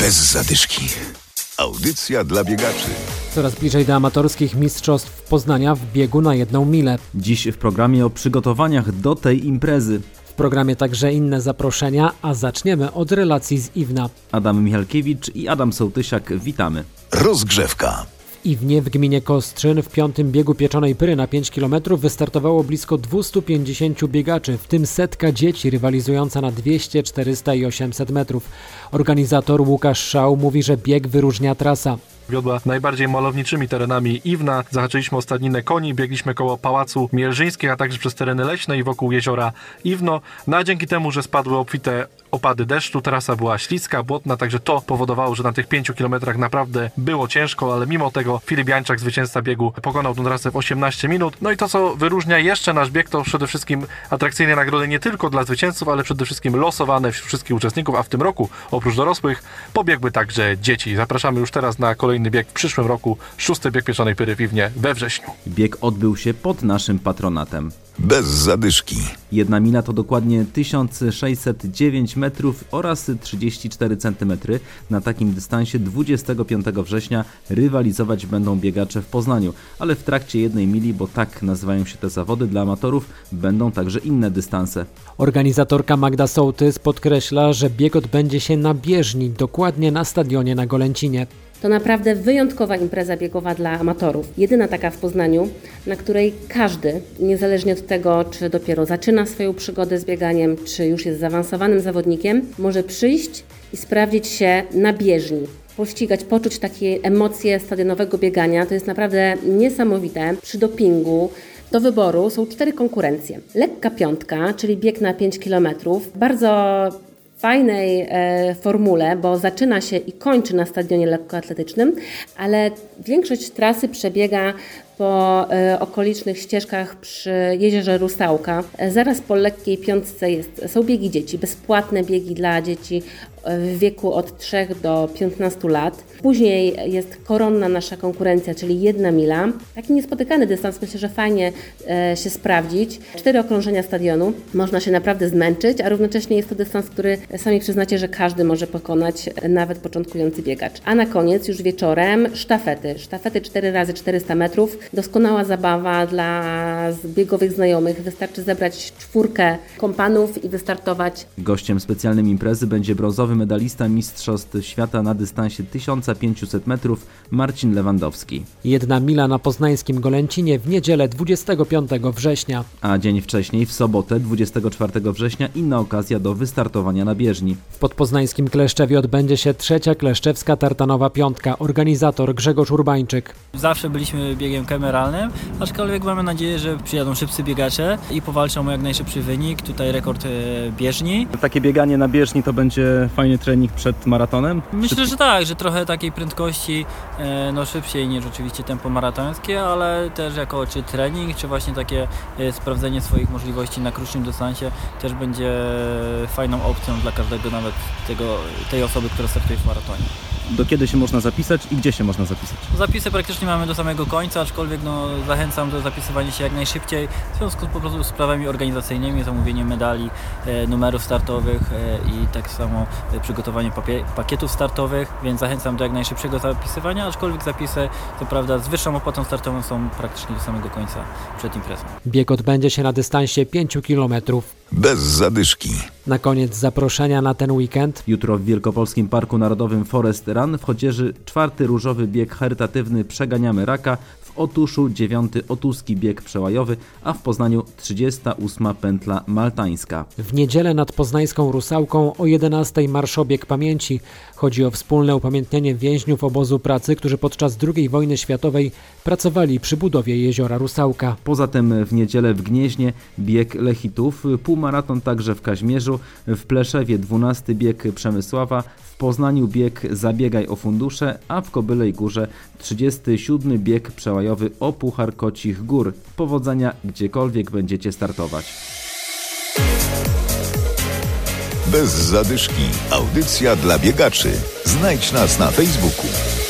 Bez zadyszki. Audycja dla biegaczy. Coraz bliżej do amatorskich mistrzostw Poznania w biegu na 1 milę. Dziś w programie o przygotowaniach do tej imprezy. W programie także inne zaproszenia, a zaczniemy od relacji z Iwna. Adam Michalkiewicz i Adam Sołtysiak, witamy. Rozgrzewka. W Iwnie w gminie Kostrzyn w 5. biegu pieczonej pyry na 5 km wystartowało blisko 250 biegaczy, w tym setka dzieci rywalizująca na 200, 400 i 800 metrów. Organizator Łukasz Szał mówi, że bieg wyróżnia trasa. Wiodła najbardziej malowniczymi terenami Iwna. Zahaczyliśmy o stadninę koni, biegliśmy koło Pałacu Mielżyńskich, a także przez tereny leśne i wokół jeziora Iwno. No a dzięki temu, że spadły obfite opady deszczu, trasa była śliska, błotna, także to powodowało, że na tych 5 kilometrach naprawdę było ciężko, ale mimo tego Filip Jańczak, zwycięzca biegu, pokonał tę trasę w 18 minut. No i to, co wyróżnia jeszcze nasz bieg, to przede wszystkim atrakcyjne nagrody nie tylko dla zwycięzców, ale przede wszystkim losowane wśród wszystkich uczestników, a w tym roku, oprócz dorosłych, pobiegły także dzieci. Zapraszamy już teraz na kolejny bieg w przyszłym roku, 6. bieg pieczonej pyry w Iwnie we wrześniu. Bieg odbył się pod naszym patronatem. Bez zadyszki. 1 mila to dokładnie 1609 metrów oraz 34 cm. Na takim dystansie 25 września rywalizować będą biegacze w Poznaniu, ale w trakcie 1 mili, bo tak nazywają się te zawody dla amatorów, będą także inne dystanse. Organizatorka Magda Sołtys podkreśla, że bieg odbędzie się na bieżni, dokładnie na stadionie na Golęcinie. To naprawdę wyjątkowa impreza biegowa dla amatorów. Jedyna taka w Poznaniu, na której każdy, niezależnie od tego, czy dopiero zaczyna swoją przygodę z bieganiem, czy już jest zaawansowanym zawodnikiem, może przyjść i sprawdzić się na bieżni. Pościgać, poczuć takie emocje stadionowego biegania. To jest naprawdę niesamowite. Przy dopingu do wyboru są 4 konkurencje. Lekka piątka, czyli bieg na 5 km. Bardzo fajnej formule, bo zaczyna się i kończy na stadionie lekkoatletycznym, ale większość trasy przebiega po okolicznych ścieżkach przy jeziorze Rusałka. Zaraz po lekkiej piątce są biegi dzieci, bezpłatne biegi dla dzieci w wieku od 3 do 15 lat. Później jest koronna nasza konkurencja, czyli 1 mila. Taki niespotykany dystans, myślę, że fajnie się sprawdzić. 4 okrążenia stadionu. Można się naprawdę zmęczyć, a równocześnie jest to dystans, który sami przyznacie, że każdy może pokonać, nawet początkujący biegacz. A na koniec już wieczorem sztafety. Sztafety 4x400 metrów. Doskonała zabawa dla biegowych znajomych. Wystarczy zebrać 4 kompanów i wystartować. Gościem specjalnym imprezy będzie brązowy medalista Mistrzostw Świata na dystansie 1500 metrów Marcin Lewandowski. 1 mila na poznańskim Golęcinie w niedzielę 25 września. A dzień wcześniej, w sobotę 24 września, inna okazja do wystartowania na bieżni. W podpoznańskim Kleszczewie odbędzie się 3. Kleszczewska Tartanowa Piątka. Organizator Grzegorz Urbańczyk. Zawsze byliśmy biegiem kameralnym, aczkolwiek mamy nadzieję, że przyjadą szybcy biegacze i powalczą o jak najszybszy wynik. Tutaj rekord bieżni. Takie bieganie na bieżni to będzie fajny trening przed maratonem? Myślę, że tak, że trochę takiej prędkości, szybciej niż oczywiście tempo maratońskie, ale też jako czy trening, czy właśnie takie sprawdzenie swoich możliwości na krótszym dystansie też będzie fajną opcją dla każdego, nawet tej osoby, która startuje w maratonie. Do kiedy się można zapisać i gdzie się można zapisać? Zapisy praktycznie mamy do samego końca, aczkolwiek zachęcam do zapisywania się jak najszybciej w związku po prostu z sprawami organizacyjnymi, zamówienie medali, numerów startowych i tak samo przygotowanie pakietów startowych, więc zachęcam do jak najszybszego zapisywania, aczkolwiek zapisy, co prawda z wyższą opłatą startową, są praktycznie do samego końca przed imprezą. Bieg odbędzie się na dystansie 5 km. Bez zadyszki. Na koniec zaproszenia na ten weekend. Jutro w Wielkopolskim Parku Narodowym Forest Run w Chodzieży 4. różowy bieg charytatywny Przeganiamy Raka, w Otuszu 9. Otuski bieg przełajowy, a w Poznaniu 38. pętla maltańska. W niedzielę nad poznańską Rusałką o 11 marszobieg pamięci. Chodzi o wspólne upamiętnienie więźniów obozu pracy, którzy podczas II wojny światowej pracowali przy budowie jeziora Rusałka. Poza tym w niedzielę w Gnieźnie bieg Lechitów, półmaraton także w Kaźmierzu, w Pleszewie 12. bieg Przemysława, w Poznaniu bieg Zabiegaj o fundusze, a w Kobylej Górze 37. bieg przełajowy o Puchar Kocich Gór. Powodzenia gdziekolwiek będziecie startować. Bez zadyszki. Audycja dla biegaczy. Znajdź nas na Facebooku.